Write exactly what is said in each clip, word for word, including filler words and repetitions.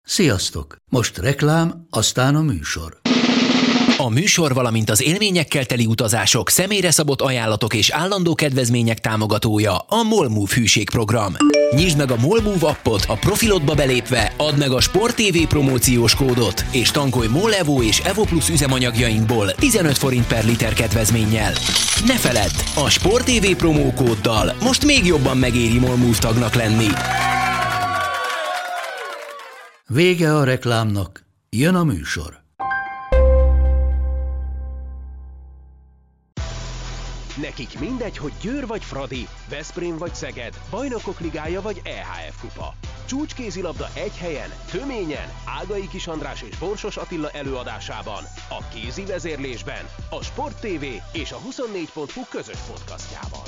Sziasztok! Most reklám, aztán a műsor. A műsor, valamint az élményekkel teli utazások, személyre szabott ajánlatok és állandó kedvezmények támogatója a MOLMOVE hűségprogram. Nyisd meg a MOLMOVE appot, a profilodba belépve add meg a Sport té vé promóciós kódot, és tankolj MOL Evo és Evo Plus üzemanyagjainkból tizenöt forint per liter kedvezménnyel. Ne feledd, a Sport té vé promókóddal most még jobban megéri MOLMOVE tagnak lenni. Vége a reklámnak, jön a műsor. Nekik mindegy, hogy Győr vagy Fradi, Veszprém vagy Szeged, Bajnokok Ligája vagy é há ef kupa. Csúcskézilabda egy helyen, töményen, Ágai Kis András és Borsos Attila előadásában, a kézi vezérlésben, a Sport té vé és a huszonnégy pont hu közös podcastjában.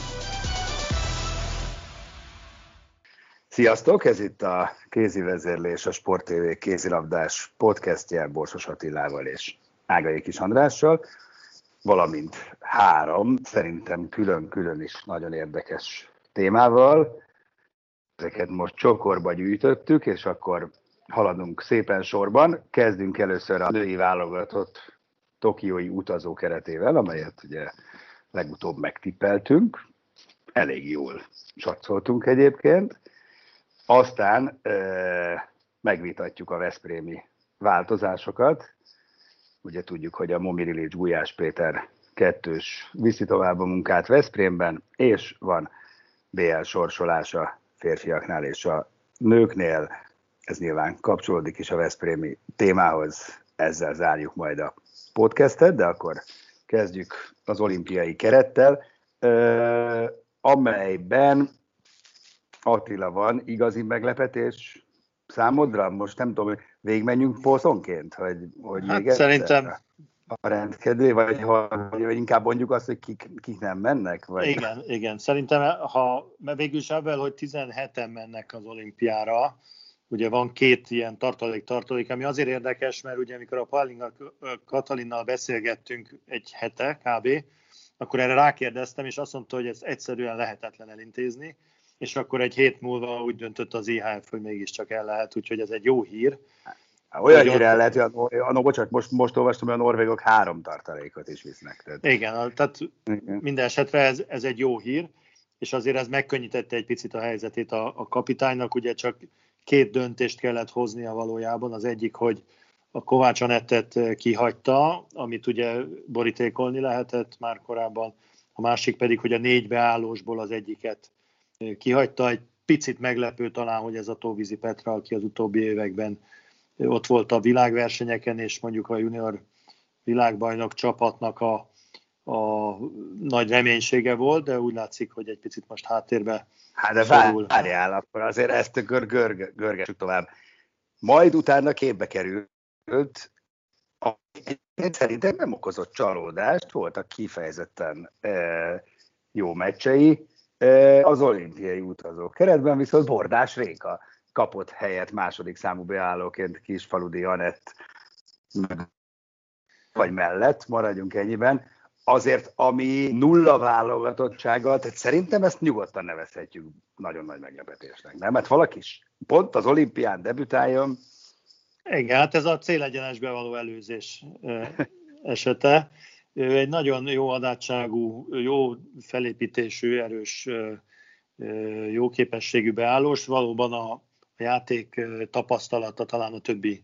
Sziasztok! Ez itt a Kézi Vezérlés, a Sport té vé kézilabdás podcastje Borsos Attilával és Ágai Kis Andrással, valamint három, szerintem külön-külön is nagyon érdekes témával. Ezeket most csokorba gyűjtöttük, és akkor haladunk szépen sorban. Kezdünk először a női válogatott tokiói utazó keretével, amelyet ugye legutóbb megtippeltünk. Elég jól satszoltunk egyébként. Aztán e, megvitatjuk a veszprémi változásokat. Ugye tudjuk, hogy a Momir Ilics Gulyás Péter kettős viszi tovább a munkát Veszprémben, és van bé el sorsolása férfiaknál és a nőknél. Ez nyilván kapcsolódik is a veszprémi témához, ezzel zárjuk majd a podcastet, de akkor kezdjük az olimpiai kerettel, amelyben Attila, van igazi meglepetés számodra? Most nem tudom, hogy végigmenjünk poszonként? Hogy, hogy hát szerintem... A rendkedvé, vagy, vagy inkább mondjuk azt, hogy kik, kik nem mennek? Vagy... Igen, igen. Szerintem, ha végül is ebben, hogy tizenheten mennek az olimpiára, ugye van két ilyen tartalék-tartalék, ami azért érdekes, mert ugye amikor a Pallinga Katalinnal beszélgettünk egy hete kb., akkor erre rákérdeztem, és azt mondta, hogy ez egyszerűen lehetetlen elintézni, és akkor egy hét múlva úgy döntött az i há ef, hogy mégiscsak el lehet, úgyhogy ez egy jó hír. Olyan hír el lehet, hogy a, a, a, bocsánat, most, most olvastam, hogy a norvégok három tartalékot is visznek. Tehát. Igen, tehát igen. Minden esetre ez, ez egy jó hír, és azért ez megkönnyítette egy picit a helyzetét a, a kapitánynak, ugye csak két döntést kellett hoznia valójában, az egyik, hogy a Kovács Anettet kihagyta, amit ugye borítékolni lehetett már korábban, a másik pedig, hogy a négy beállósból az egyiket kihagyta. Egy picit meglepő talán, hogy ez a Tóvízi Petra, aki az utóbbi években ott volt a világversenyeken, és mondjuk a junior világbajnok csapatnak a, a nagy reménysége volt, de úgy látszik, hogy egy picit most háttérbe Hát de szorul. Várjál, akkor azért ezt gör, gör, görgessük tovább. Majd utána képbe került, szerintem nem okozott csalódást, voltak kifejezetten e, jó meccsei, e, az olimpiai utazó keretben viszont Bordás Réka kapott helyet második számú beállóként Kisfaludi Anett vagy mellett, maradjunk ennyiben. Azért, ami nulla válogatottsággal, tehát szerintem ezt nyugodtan nevezhetjük nagyon nagy meglepetésnek, nem? Mert valaki is pont az olimpián debütáljon. Igen, hát ez a célegyenesbe való előzés esete. Ő egy nagyon jó adátságú, jó felépítésű, erős, jó képességű beállós. Valóban a játék tapasztalata talán a többi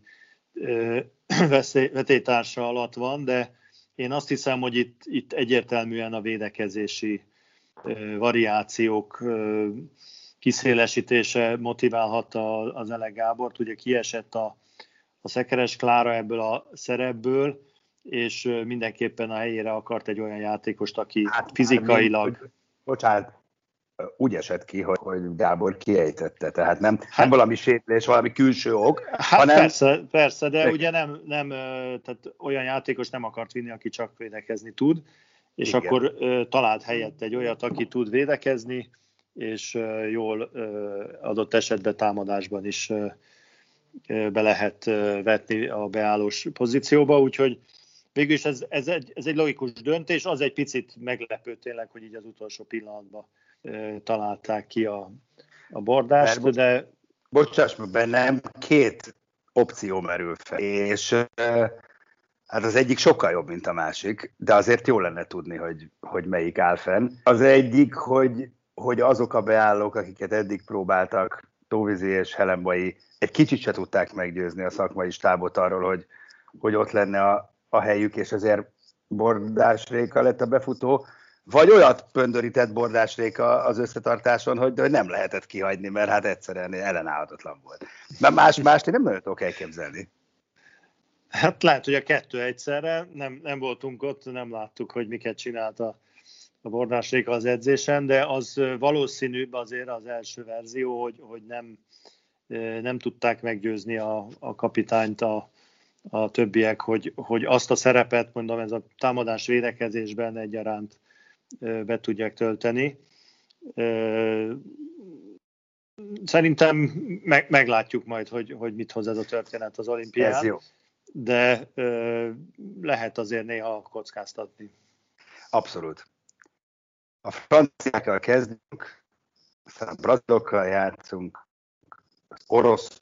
vetélytársa alatt van, de én azt hiszem, hogy itt, itt egyértelműen a védekezési variációk kiszélesítése motiválhatta az Elek Gábort. Ugye kiesett a, a Szekeres Klára ebből a szerepből, és mindenképpen a helyére akart egy olyan játékost, aki hát, fizikailag... Hát, bocsánat, úgy esett ki, hogy, hogy Gábor kiejtette, tehát nem, hát, nem valami sérülés, valami külső ok, hát hanem... Persze, persze, de ugye nem, nem tehát olyan játékos nem akart vinni, aki csak védekezni tud, és igen. Akkor uh, talált helyett egy olyat, aki tud védekezni, és uh, jól uh, adott esetben támadásban is uh, be lehet uh, vetni a beállós pozícióba, úgyhogy végülis ez, ez, egy, ez egy logikus döntés, az egy picit meglepő tényleg, hogy így az utolsó pillanatban uh, találták ki a, a Bordást, de... Bocsáss meg, bennem két opció merül fel. És hát az egyik sokkal jobb, mint a másik, de azért jó lenne tudni, hogy, hogy melyik áll fenn. Az egyik, hogy, hogy azok a beállók, akiket eddig próbáltak, Tóvizi és Helenbai, egy kicsit se tudták meggyőzni a szakmai stábot arról, hogy, hogy ott lenne a, a helyük, és ezért Bordás Réka lett a befutó, vagy olyat pöndörített Bordás Réka az összetartáson, hogy, hogy nem lehetett kihagyni, mert hát egyszerűen ellenállhatatlan volt. Mert más, mást én nem nagyon tudok elképzelni. Hát lehet, hogy a kettő egyszerre, nem, nem voltunk ott, nem láttuk, hogy miket csinált a, a Bordás Réka az edzésen, de az valószínűbb azért az első verzió, hogy, hogy nem, nem tudták meggyőzni a, a kapitányt a, a többiek, hogy, hogy azt a szerepet, mondom, ez a támadás védekezésben egyaránt be tudják tölteni. Szerintem meg, meglátjuk majd, hogy, hogy mit hoz ez a történet az olimpián. Ez jó. De lehet azért néha kockáztatni. Abszolút. A franciákkal kezdünk, aztán a brazilokkal játszunk, az orosz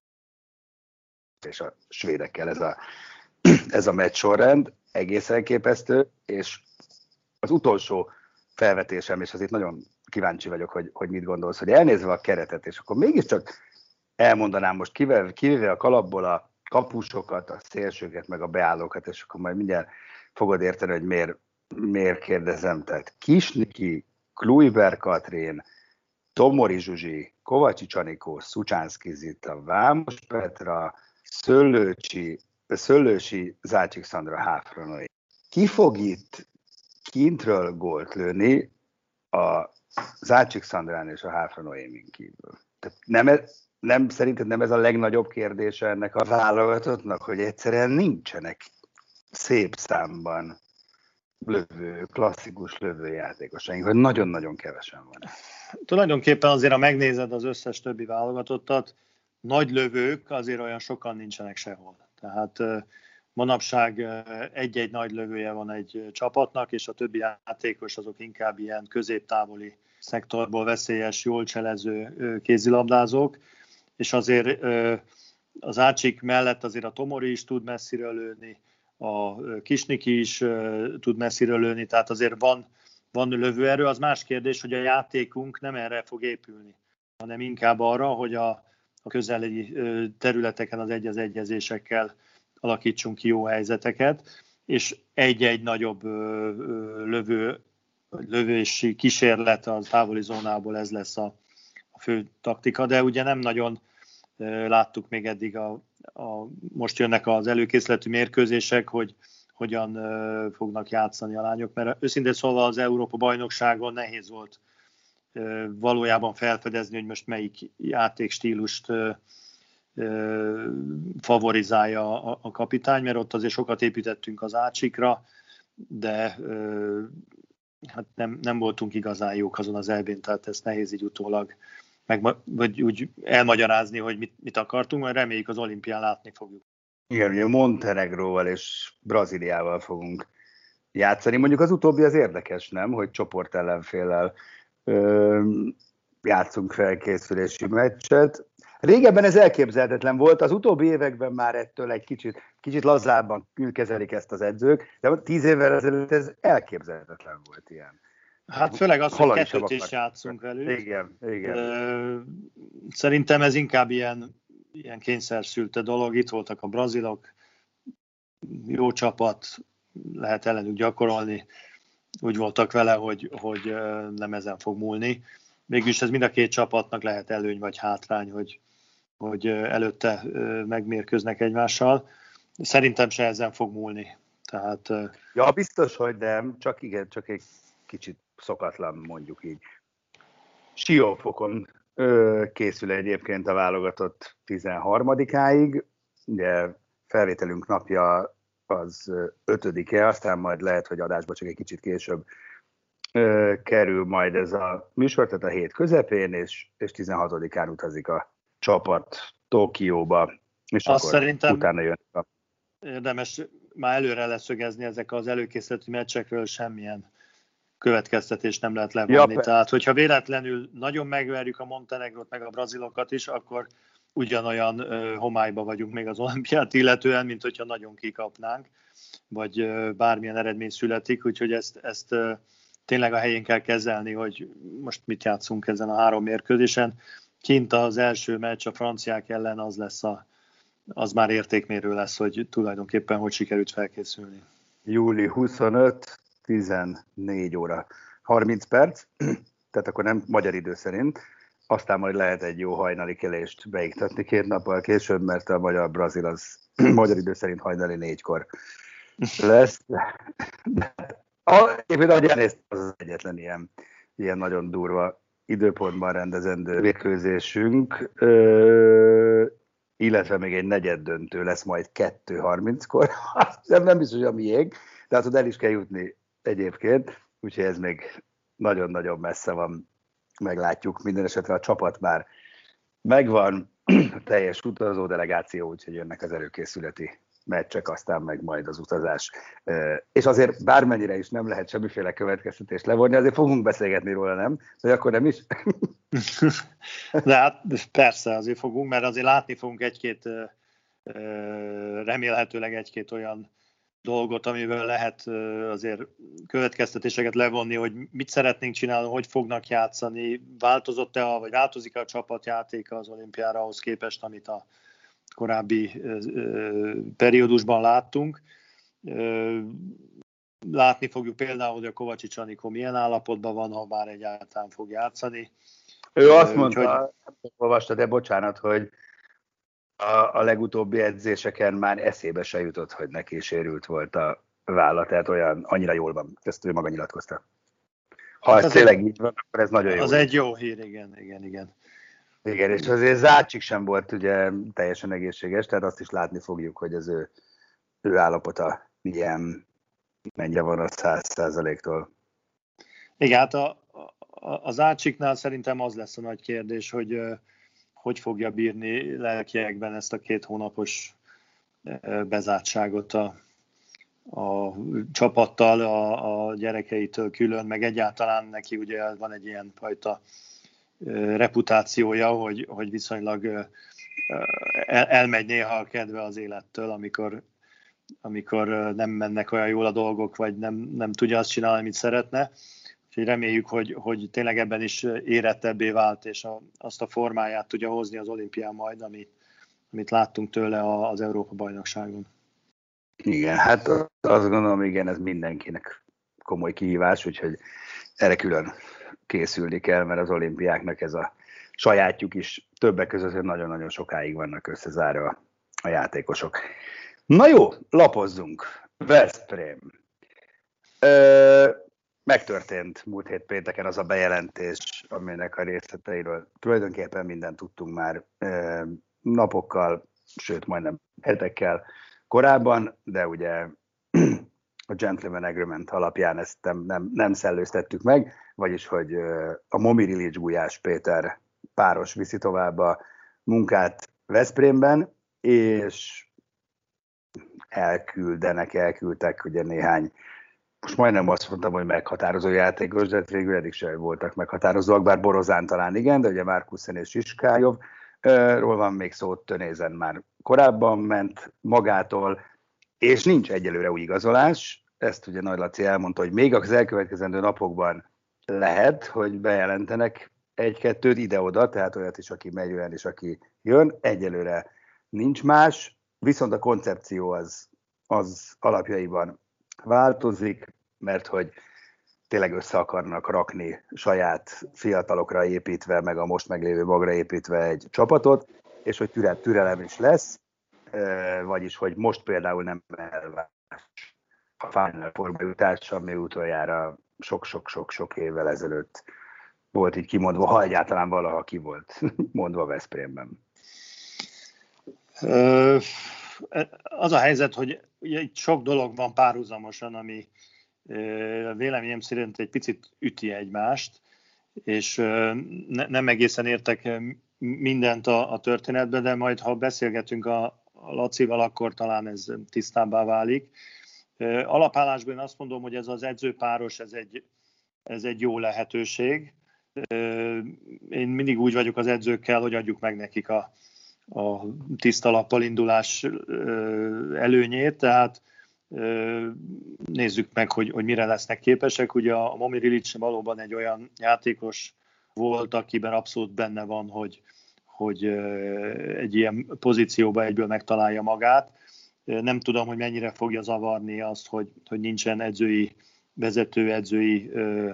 és a svédekkel ez a, ez a meccs sorrend, egészen képesztő, és az utolsó felvetésem, és azért nagyon kíváncsi vagyok, hogy, hogy mit gondolsz, hogy elnézve a keretet, és akkor mégiscsak elmondanám most, kivéve, kivéve a kalapból a kapusokat, a szélsőket, meg a beállókat, és akkor majd mindjárt fogod érteni, hogy miért, miért kérdezem. Tehát Kisniki, Kluiber Katrin, Tomori Zsuzsi, Kovacsics Anikó, Szucsánszky Zita, Vámos Petra, Szöllőcsi, Szöllősi, Zácsik Szandra, Háfra. Ki fog itt kintről gólt lőni a Zácsik Szandrán és a Háfra Noémin kívül? Tehát nem, nem, szerinted nem ez a legnagyobb kérdése ennek a válogatottnak, hogy egyszerűen nincsenek szép számban lövő, klasszikus lövőjátékosaink, hogy nagyon-nagyon kevesen van. Tulajdonképpen azért, ha megnézed az összes többi válogatottat, nagy lövők azért olyan sokan nincsenek sehol. Tehát manapság egy-egy nagy lövője van egy csapatnak, és a többi játékos azok inkább ilyen középtávoli szektorból veszélyes, jól cselező kézilabdázók, és azért az Ácsik mellett azért a Tomori is tud messziről lőni, a Kisniki is tud messziről lőni, tehát azért van, van lövőerő. Az más kérdés, hogy a játékunk nem erre fog épülni, hanem inkább arra, hogy a, a közeli területeken az egy az egyezésekkel alakítsunk ki jó helyzeteket, és egy-egy nagyobb lövő, lövési kísérlet a távoli zónából, ez lesz a, a fő taktika, de ugye nem nagyon láttuk még eddig, a, a, most jönnek az előkészületű mérkőzések, hogy hogyan fognak játszani a lányok, mert őszintén szólva az Európa-bajnokságon nehéz volt valójában felfedezni, hogy most melyik játékstílust favorizálja a, a kapitány, mert ott azért sokat építettünk az Ácsikra, de hát nem, nem voltunk igazán jók azon az elbén, tehát ezt nehéz így utólag meg, vagy úgy elmagyarázni, hogy mit, mit akartunk, mert reméljük az olimpián látni fogjuk. Igen, ugye Montenegróval és Brazíliával fogunk játszani. Mondjuk az utóbbi az érdekes, nem? Hogy csoport ellenféllel ö, játszunk felkészülési meccset. Régebben ez elképzelhetetlen volt, az utóbbi években már ettől egy kicsit, kicsit lazábban kezelik ezt az edzők, de tíz évvel ezelőtt ez elképzelhetetlen volt ilyen. Hát főleg az, hogy kettőt is játszunk velük. Igen, igen. Szerintem ez inkább ilyen, ilyen kényszerszülte dolog. Itt voltak a brazilok, jó csapat, lehet ellenük gyakorolni. Úgy voltak vele, hogy, hogy nem ezen fog múlni. Mégis ez mind a két csapatnak lehet előny vagy hátrány, hogy, hogy előtte megmérkőznek egymással. Szerintem se ezen fog múlni. Tehát, ja, biztos, hogy nem, csak igen, csak egy kicsit szokatlan, mondjuk így. Siófokon ö, készül egyébként a válogatott tizenharmadikáig, ugye felvételünk napja az ötödike, aztán majd lehet, hogy adásba csak egy kicsit később ö, kerül majd ez a műsor, tehát a hét közepén, és, és tizenhatodikán utazik a csapat Tokióba, és azt akkor szerintem utána jön a... érdemes már előre leszögezni ezek az előkészítő meccsekről, semmilyen következtetést nem lehet levonni. Ja, tehát, hogyha véletlenül nagyon megverjük a Montenegrót, meg a brazilokat is, akkor ugyanolyan homályba vagyunk még az olimpiát illetően, mint hogyha nagyon kikapnánk, vagy bármilyen eredmény születik, úgyhogy ezt, ezt tényleg a helyén kell kezelni, hogy most mit játszunk ezen a három mérkőzésen. Kint az első meccs a franciák ellen az lesz a, az már értékmérő lesz, hogy tulajdonképpen hogy sikerült felkészülni. július huszonötödike, tizennégy óra harminc perc, tehát akkor nem magyar idő szerint, aztán majd lehet egy jó hajnali kelést beiktatni két nappal később, mert a magyar-brazil az magyar idő szerint hajnali négykor lesz. Éppen ahogy elnéztem, az egyetlen ilyen, ilyen nagyon durva időpontban rendezendő mérkőzésünk, illetve még egy negyed döntő lesz majd kettő harminckor. Nem, nem biztos, hogy a miénk, de hát el is kell jutni egyébként, úgyhogy ez még nagyon-nagyon messze van, meglátjuk. Minden esetre a csapat már megvan, a teljes utazó delegáció, úgyhogy jönnek az előkészületi meccsek, aztán meg majd az utazás. És azért bármennyire is nem lehet semmiféle következtetést levonni, azért fogunk beszélgetni róla, nem? Vagy akkor nem is? De hát persze, azért fogunk, mert azért látni fogunk egy-két, remélhetőleg egy-két olyan dolgot, amiből lehet azért következtetéseket levonni, hogy mit szeretnénk csinálni, hogy fognak játszani, változott-e, vagy változik-e a csapatjátéka az olimpiára ahhoz képest, amit a korábbi periódusban láttunk. Látni fogjuk például, hogy a Kovácsics Anikó milyen állapotban van, ha bár egyáltalán fog játszani. Ő azt mondta, hogy... olvasta, de bocsánat, hogy a, a legutóbbi edzéseken már eszébe se jutott, hogy neki sérült volt a válla, tehát olyan, annyira jól van. Ezt ő maga nyilatkozta. Ha hát ez tényleg így van, akkor ez nagyon jó. Az egy jó hír, igen, igen, igen. Igen, és azért Zácsik sem volt ugye teljesen egészséges, tehát azt is látni fogjuk, hogy az ő, ő állapota milyen, mennyire van a száz százaléktól. Igen, hát a, a, a Zácsiknál szerintem az lesz a nagy kérdés, hogy hogy fogja bírni lelkiekben ezt a két hónapos bezártságot a, a csapattal, a, a gyerekeitől külön, meg egyáltalán neki ugye van egy ilyen fajta reputációja, hogy, hogy viszonylag el, elmegy néha a kedve az élettől, amikor, amikor nem mennek olyan jól a dolgok, vagy nem, nem tudja azt csinálni, amit szeretne. Úgyhogy reméljük, hogy, hogy tényleg ebben is érettebbé vált, és a, azt a formáját tudja hozni az olimpián majd, amit, amit láttunk tőle az Európa-bajnokságon. Igen, hát azt gondolom, igen, ez mindenkinek komoly kihívás, úgyhogy erre külön készülni kell, mert az olimpiáknak ez a sajátjuk is többek között, hogy nagyon-nagyon sokáig vannak összezárva a játékosok. Na jó, lapozzunk. Veszprém. Ö, megtörtént múlt hét pénteken az a bejelentés, aminek a részleteiről tulajdonképpen mindent tudtunk már ö, napokkal, sőt majdnem hetekkel korábban, de ugye a Gentleman Agreement alapján ezt nem, nem, nem szellőztettük meg, vagyis, hogy a Momir Ilics Gulyás Péter páros viszi tovább a munkát Veszprémben, és elküldenek, elküldtek ugye néhány, most majdnem azt mondtam, hogy meghatározó játékos, de végül eddig sem voltak meghatározóak, bár Borozán talán igen, de ugye Márkussen és Siskályovról van még szó, Tönézen már korábban ment magától, és nincs egyelőre új igazolás. Ezt ugye Nagy Laci elmondta, hogy még az elkövetkezendő napokban lehet, hogy bejelentenek egy-kettőt ide-oda, tehát olyat is, aki megy, olyan is, aki jön. Egyelőre nincs más, viszont a koncepció az, az alapjaiban változik, mert hogy tényleg össze akarnak rakni saját fiatalokra építve, meg a most meglévő magra építve egy csapatot, és hogy türe, türelem is lesz, vagyis, hogy most például nem elvárás a Final Four-ba jutás, ami utoljára sok-sok-sok-sok évvel ezelőtt volt így kimondva, ha egyáltalán valaha ki volt mondva Veszprémben. Az a helyzet, hogy ugye itt sok dolog van párhuzamosan, ami véleményem szerint egy picit üti egymást, és ne, nem egészen értek mindent a, a történetben, de majd ha beszélgetünk a, a Lacival, akkor talán ez tisztábbá válik. Alapállásban én azt mondom, hogy ez az edzőpáros, ez egy, ez egy jó lehetőség. Én mindig úgy vagyok az edzőkkel, hogy adjuk meg nekik a, a tiszta lappal indulás előnyét, tehát nézzük meg, hogy, hogy mire lesznek képesek. Ugye a Momir Ilic valóban egy olyan játékos volt, akiben abszolút benne van, hogy, hogy egy ilyen pozícióban egyből megtalálja magát. Nem tudom, hogy mennyire fogja zavarni azt, hogy, hogy nincsen edzői, vezető edzői ö,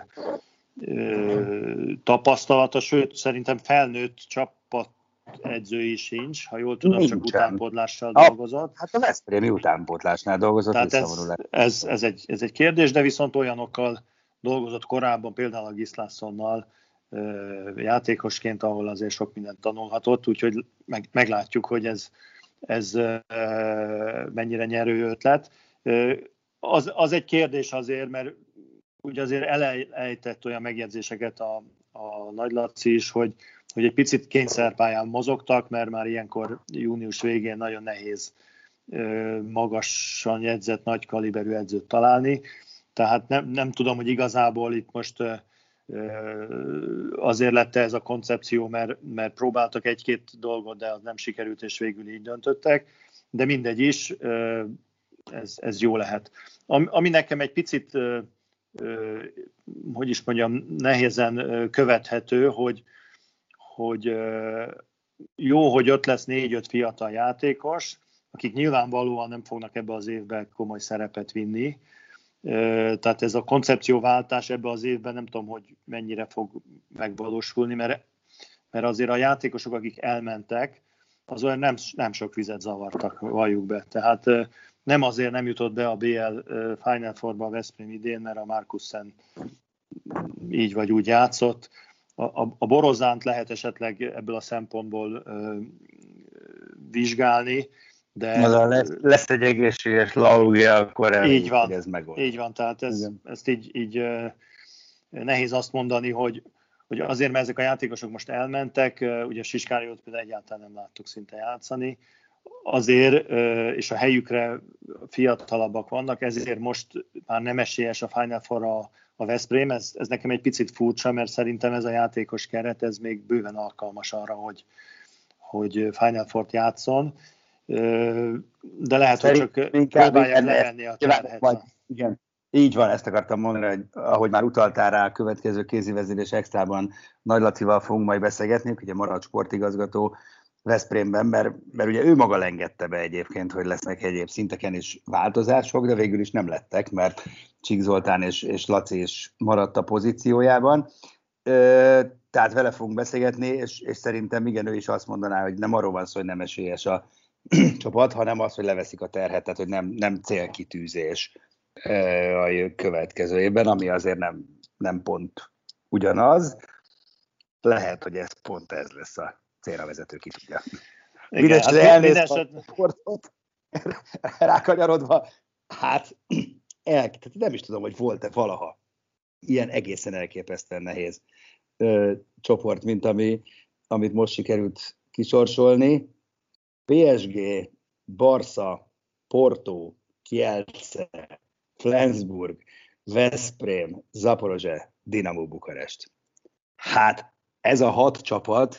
ö, tapasztalata, sőt, szerintem felnőtt csapat edzői sincs, ha jól tudom, nincsen. Csak utánpótlással a, dolgozott. Hát a Veszprémi utánpótlásnál dolgozott. Tehát ez, ez, ez, egy, ez egy kérdés, de viszont olyanokkal dolgozott korábban, például a Gislásonnal játékosként, ahol azért sok mindent tanulhatott, úgyhogy meg, meglátjuk, hogy ez, ez mennyire nyerő ötlet. Az, az egy kérdés azért, mert ugye azért elejtett olyan megjegyzéseket a, a Nagy Laci is, hogy, hogy egy picit kényszerpályán mozogtak, mert már ilyenkor június végén nagyon nehéz magasan jegyzett, nagy kaliberű edzőt találni. Tehát nem, nem tudom, hogy igazából itt most azért lett ez a koncepció, mert, mert próbáltak egy-két dolgot, de az nem sikerült, és végül így döntöttek. De mindegy is, ez, ez jó lehet. Ami nekem egy picit, hogy is mondjam, nehézen követhető, hogy, hogy jó, hogy ott lesz négy-öt fiatal játékos, akik nyilvánvalóan nem fognak ebbe az évbe komoly szerepet vinni. Tehát ez a koncepcióváltás ebbe az évben nem tudom, hogy mennyire fog megvalósulni, mert, mert azért a játékosok, akik elmentek, az olyan nem, nem sok vizet zavartak, valljuk be. Tehát nem azért nem jutott be a bé el Final Four-ba a Veszprém idén, mert a Markussen így vagy úgy játszott. A, a, a Borozánt lehet esetleg ebből a szempontból ö, vizsgálni, de lesz, lesz egy egészséges Laulja, akkor el, így van, ez megold. Így van, tehát ez, ezt így, így uh, nehéz azt mondani, hogy, hogy azért, mert ezek a játékosok most elmentek, uh, ugye Siskáriót például egyáltalán nem láttuk szinte játszani, azért, uh, és a helyükre fiatalabbak vannak, ezért most már nem esélyes a Final Four a, a Veszprém, ez, ez nekem egy picit furcsa, mert szerintem ez a játékos keret, ez még bőven alkalmas arra, hogy, hogy Final Four-t játszon. De lehet, Szerint hogy csak próbálják levenni a terhet. Igen, így van, ezt akartam mondani, hogy ahogy már utaltál rá, a következő kézivezérés extrában Nagy Lacival fogunk majd beszélgetni, ugye maradt sportigazgató Veszprémben, mert, mert ugye ő maga lengette be egyébként, hogy lesznek egyéb szinteken is változások, de végül is nem lettek, mert Csík Zoltán és, és Laci is maradt a pozíciójában. Ö, tehát vele fogunk beszélgetni, és, és szerintem igen, ő is azt mondaná, hogy nem arról van szó, hogy nem esélyes a csapat, hanem az, hogy leveszik a terhet, tehát hogy nem, nem célkitűzés a következő évben, ami azért nem, nem pont ugyanaz. Lehet, hogy ez pont ez lesz a célra vezető, ki tudja. Mindenesetre hát elnézve a sportot, rákanyarodva, hát el, tehát nem is tudom, hogy volt-e valaha ilyen egészen elképesztően nehéz ö, csoport, mint ami, amit most sikerült kisorsolni. pé es gé, Barca, Porto, Kielce, Flensburg, Veszprém, Zaporozse, Dinamo Bukarest. Hát ez a hat csapat,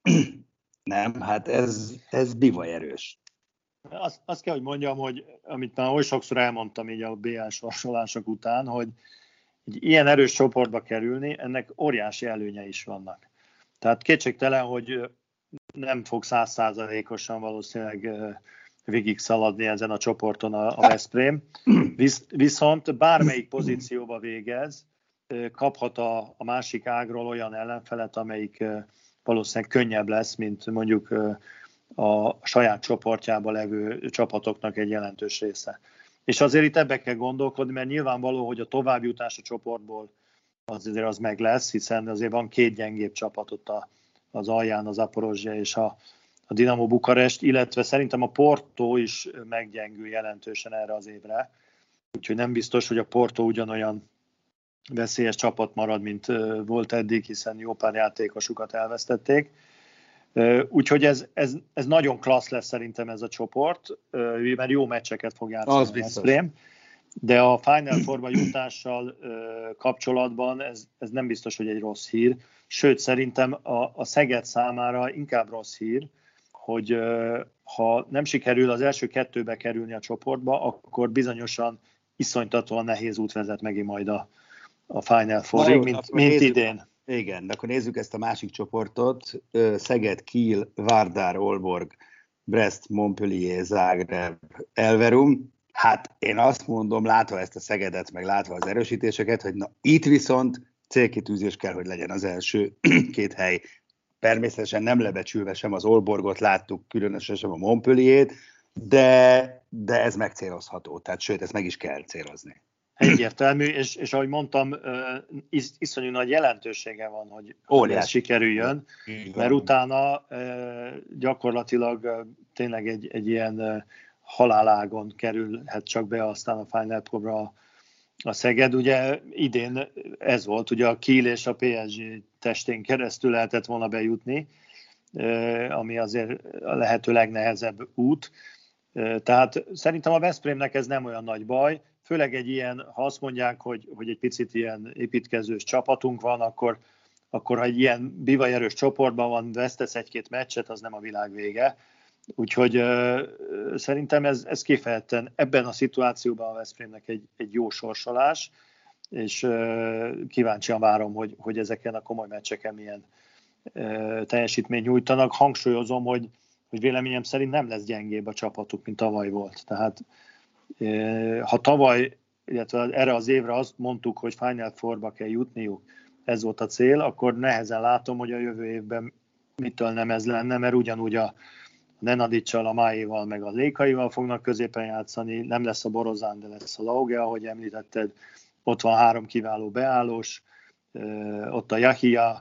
nem, hát ez, ez bivaj erős. Azt, azt kell, hogy mondjam, hogy amit már oly sokszor elmondtam így a bé el sorsolások után, hogy egy ilyen erős csoportba kerülni, ennek óriási előnyei is vannak. Tehát kétségtelen, hogy nem fog száz százalékosan valószínűleg végig szaladni ezen a csoporton a, a Veszprém. Visz, viszont bármelyik pozícióba végez, kaphat a, a másik ágról olyan ellenfelet, amelyik valószínűleg könnyebb lesz, mint mondjuk a saját csoportjában levő csapatoknak egy jelentős része. És azért itt ebbe kell gondolkodni, mert nyilvánvaló, hogy a továbbjutás a csoportból az azért az meg lesz, hiszen azért van két gyengébb csapat ott a, az alján, az Zaporozse és a, a Dinamo Bukarest, illetve szerintem a Porto is meggyengül jelentősen erre az évre. Úgyhogy nem biztos, hogy a Porto ugyanolyan veszélyes csapat marad, mint volt eddig, hiszen jó pár játékosukat elvesztették. Úgyhogy ez, ez, ez nagyon klassz lesz szerintem ez a csoport, mert jó meccseket fog játszani a Veszprém, de a Final Four-ba jutással kapcsolatban ez, ez nem biztos, hogy egy rossz hír. Sőt, szerintem a, a Szeged számára inkább rossz hír, hogy ha nem sikerül az első kettőbe kerülni a csoportba, akkor bizonyosan iszonytatóan nehéz út vezet megint majd a, a Final Fourig, mint, mint nézzük, idén. Igen, de akkor nézzük ezt a másik csoportot. Szeged, Kiel, Vardar, Aalborg, Brest, Montpellier, Zagreb, Elverum. Hát én azt mondom, látva ezt a Szegedet, meg látva az erősítéseket, hogy na itt viszont célkitűzés kell, hogy legyen az első két hely. Természetesen nem lebecsülve sem az Aalborgot, láttuk különösen sem a Montpellier-t, de, de ez megcélozható, tehát sőt, ezt meg is kell célozni. Egyértelmű, és, és ahogy mondtam, is, iszonyú nagy jelentősége van, hogy, hogy ez sikerüljön, mert utána gyakorlatilag tényleg egy, egy ilyen halálágon kerülhet csak be aztán a Final Four-ra a Szeged. Ugye idén ez volt, ugye a Kiel és a pé es gé testén keresztül lehetett volna bejutni, ami azért a lehető legnehezebb út. Tehát szerintem a Veszprémnek ez nem olyan nagy baj, főleg egy ilyen, ha azt mondják, hogy, hogy egy picit ilyen építkezős csapatunk van, akkor, akkor ha egy ilyen bivajerős csoportban van, vesztesz egy-két meccset, az nem a világ vége. Úgyhogy uh, szerintem ez, ez kifejezetten ebben a szituációban a Veszprémnek egy, egy jó sorsolás, és uh, kíváncsian várom, hogy, hogy ezeken a komoly meccseken milyen uh, teljesítményt nyújtanak. Hangsúlyozom, hogy, hogy véleményem szerint nem lesz gyengébb a csapatuk, mint tavaly volt. Tehát uh, ha tavaly, illetve erre az évre azt mondtuk, hogy Final Fourba kell jutniuk, ez volt a cél, akkor nehezen látom, hogy a jövő évben mitől nem ez lenne, mert ugyanúgy a Nenadicsal, a Máéval, meg a Lékaival fognak középen játszani, nem lesz a Borozán, de lesz a Lauge, ahogy említetted, ott van három kiváló beállós, ott a Jahia,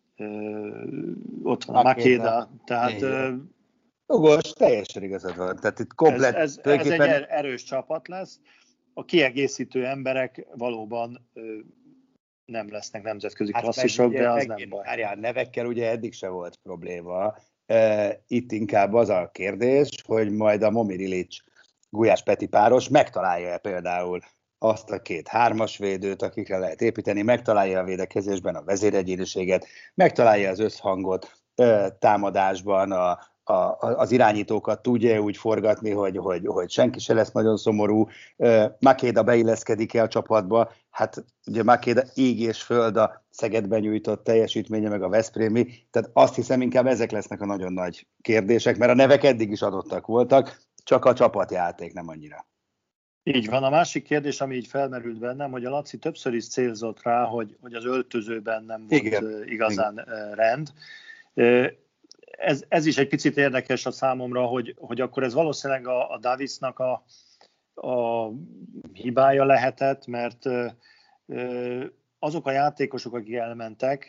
ott van a Makéda, tehát... Jogos, teljesen igazad van. Tehát itt komplet, ez, ez, ez egy erős csapat lesz. A kiegészítő emberek valóban nem lesznek nemzetközi hát klasszisok, de az nem baj. Várjál, nevekkel ugye eddig se volt probléma. Itt inkább az a kérdés, hogy majd a Momir Ilic Gulyás Peti páros megtalálja például azt a két hármas védőt, akikre lehet építeni, megtalálja a védekezésben a vezéregyéniséget, megtalálja az összhangot támadásban, a, a, az irányítókat tudja úgy forgatni, hogy, hogy, hogy senki se lesz nagyon szomorú. Makéda beilleszkedik el a csapatba, hát ugye Makéda ég és föld a Szegedben nyújtott teljesítménye, meg a veszprémi, tehát azt hiszem inkább ezek lesznek a nagyon nagy kérdések, mert a nevek eddig is adottak voltak, csak a csapatjáték nem annyira. Így van. A másik kérdés, ami így felmerült bennem, hogy a Laci többször is célzott rá, hogy, hogy az öltözőben nem volt igen, igazán igen. rend. Ez, ez is egy picit érdekes a számomra, hogy, hogy akkor ez valószínűleg a, a Davisnak a, a hibája lehetett, mert azok a játékosok, akik elmentek,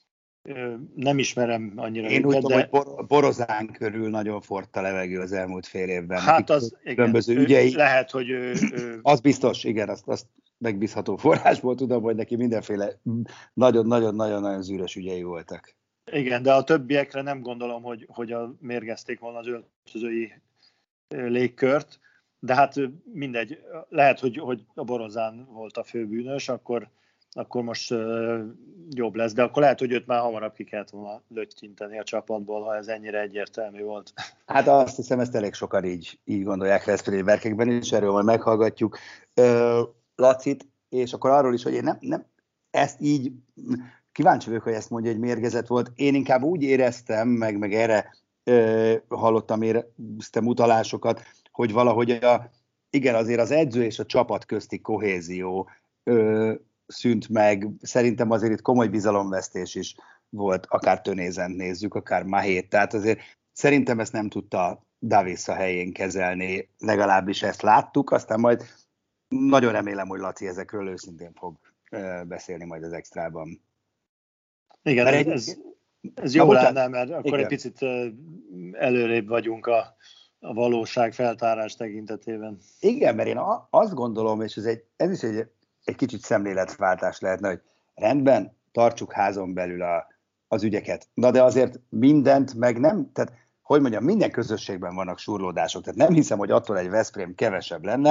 nem ismerem annyira Én őket, úgy tudom, de... hogy Borozán körül nagyon forrt a levegő az elmúlt fél évben. Hát az, igen, ügyei. lehet, hogy ő, ő... Az biztos, igen, azt, azt megbízható forrásból tudom, hogy neki mindenféle nagyon-nagyon-nagyon zűrös ügyei voltak. Igen, de a többiekre nem gondolom, hogy, hogy a, mérgezték volna az öltözői légkört, de hát mindegy, lehet, hogy, hogy a Borozán volt a főbűnös, akkor, akkor most uh, jobb lesz, de akkor lehet, hogy őt már hamarabb ki kellett volna lötyinteni a csapatból, ha ez ennyire egyértelmű volt. Hát azt hiszem, ezt elég sokan így, így gondolják veszprémi verkekben is, erről majd meghallgatjuk uh, Lacit, és akkor arról is, hogy én nem, nem ezt így... Kíváncsi vagyok, hogy ezt mondja, hogy mérgezett volt. Én inkább úgy éreztem, meg, meg erre ö, hallottam, éreztem utalásokat, hogy valahogy a, igen, azért az edző és a csapat közti kohézió ö, szűnt meg. Szerintem azért itt komoly bizalomvesztés is volt, akár Tönézent nézzük, akár Mahét. Tehát azért szerintem ezt nem tudta Davis a helyén kezelni, legalábbis ezt láttuk, aztán majd nagyon remélem, hogy Laci ezekről őszintén fog ö, beszélni majd az extrában. Igen, ez, ez, ez jó lenne, mert akkor igen. Egy picit előrébb vagyunk a, a valóság feltárás tekintetében. Igen, mert én azt gondolom, és ez, egy, ez is egy, egy kicsit szemléletváltás lehetne, hogy rendben, tartsuk házon belül a, az ügyeket. Na de azért mindent meg nem, tehát hogy mondjam, minden közösségben vannak surlódások, tehát nem hiszem, hogy attól egy Veszprém kevesebb lenne,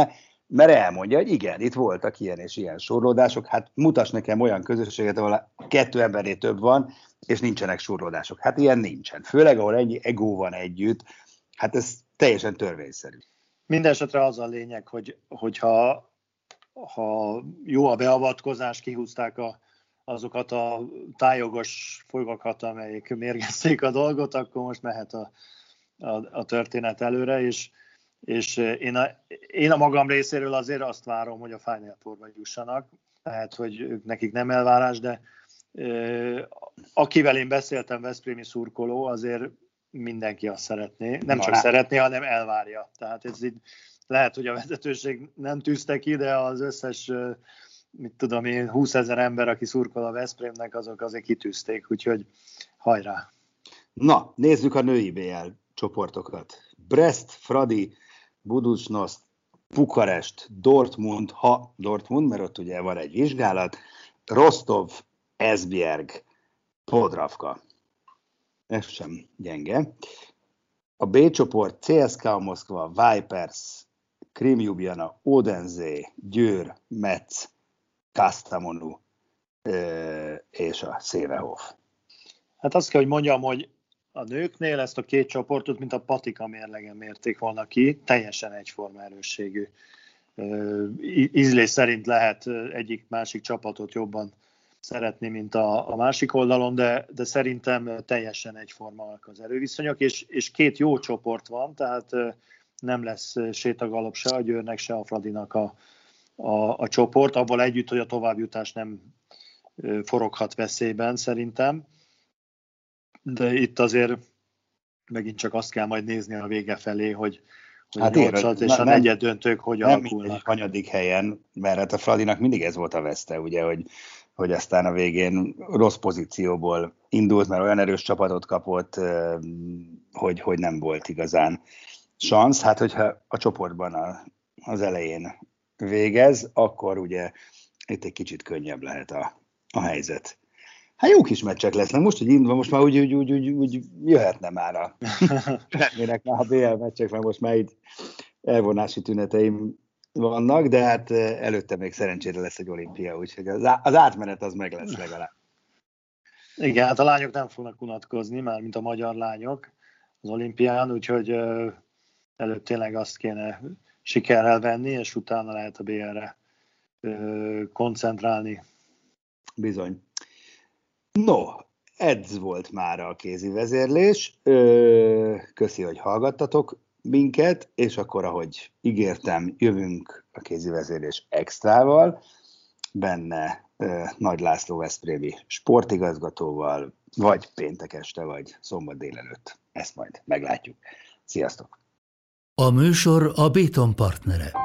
mert elmondja, hogy igen, itt voltak ilyen és ilyen surlódások, hát mutass nekem olyan közösséget, ahol kettő embernél több van, és nincsenek surlódások. Hát ilyen nincsen. Főleg, ahol ennyi ego van együtt, hát ez teljesen törvényszerű. Mindenesetre az a lényeg, hogy, hogyha ha jó a beavatkozás, kihúzták a, azokat a tájogos fogakat, amelyik mérgezték a dolgot, akkor most mehet a, a, a történet előre, és, és én, a, én a magam részéről azért azt várom, hogy a Final Fourba jussanak. Lehet, hogy ők nekik nem elvárás, de ö, akivel én beszéltem, veszprémi szurkoló, azért mindenki azt szeretné. Nem csak Na, szeretné, hanem elvárja. Tehát ez így lehet, hogy a vezetőség nem tűzte ki, de az összes, mit tudom én, húszezer ember, aki szurkol a Veszprémnek, azok azért kitűzték, úgyhogy hajrá! Na, nézzük a női bé el csoportokat. Brest, Fradi, Budućnost, Bukarest, Dortmund, ha Dortmund, mert ott ugye van egy vizsgálat, Rostov, Esbjerg, Podravka. Ez sem gyenge. A B csoport cé es ká Moszkva, Vipers, Krim Ljubljana, Odense, Győr, Metz, Kastamonu és a Sevehof. Hát azt kell, hogy mondjam, hogy a nőknél ezt a két csoportot, mint a patika mérlegen mérték volna ki, teljesen egyforma erősségű. Ízlés szerint lehet egyik-másik csapatot jobban szeretni, mint a, a másik oldalon, de, de szerintem teljesen egyformák az erőviszonyok, és, és két jó csoport van, tehát nem lesz sétagalop se a Győrnek, se a Fradinak a, a, a csoport, abból együtt, hogy a továbbjutás nem foroghat veszélyben szerintem, de itt azért megint csak azt kell majd nézni a vége felé, hogy, hogy hát a nyolcad és a negyed döntők hogy nem alakulnak. Nem hanyadik helyen, mert hát a Fradinak mindig ez volt a veszte, ugye, hogy, hogy aztán a végén rossz pozícióból indult, mert olyan erős csapatot kapott, hogy, hogy nem volt igazán szansz. Hát, hogyha a csoportban a, az elején végez, akkor ugye itt egy kicsit könnyebb lehet a, a helyzet. Hát jó kis meccsek lesznek. Most, hogy indul, most már úgy, úgy, úgy, úgy, úgy jöhetne már a lennének már a bé el meccsek, mert most már itt elvonási tüneteim vannak, de hát előtte még szerencsére lesz egy olimpia, úgyhogy az, az átmenet az meg lesz legalább. Igen, hát a lányok nem fognak unatkozni, már mint a magyar lányok az olimpián, úgyhogy előtt tényleg azt kéne sikerrel venni, és utána lehet a bé el-re koncentrálni. Bizony. No, ez volt már a kézi vezérlés. Köszi, hogy hallgattatok minket, és akkor, ahogy ígértem, jövünk a kézi vezérlés extrával, benne Nagy László veszprémi sportigazgatóval, vagy péntek este, vagy szombat délelőtt. Ezt majd meglátjuk. Sziasztok! A műsor a Béton partnere.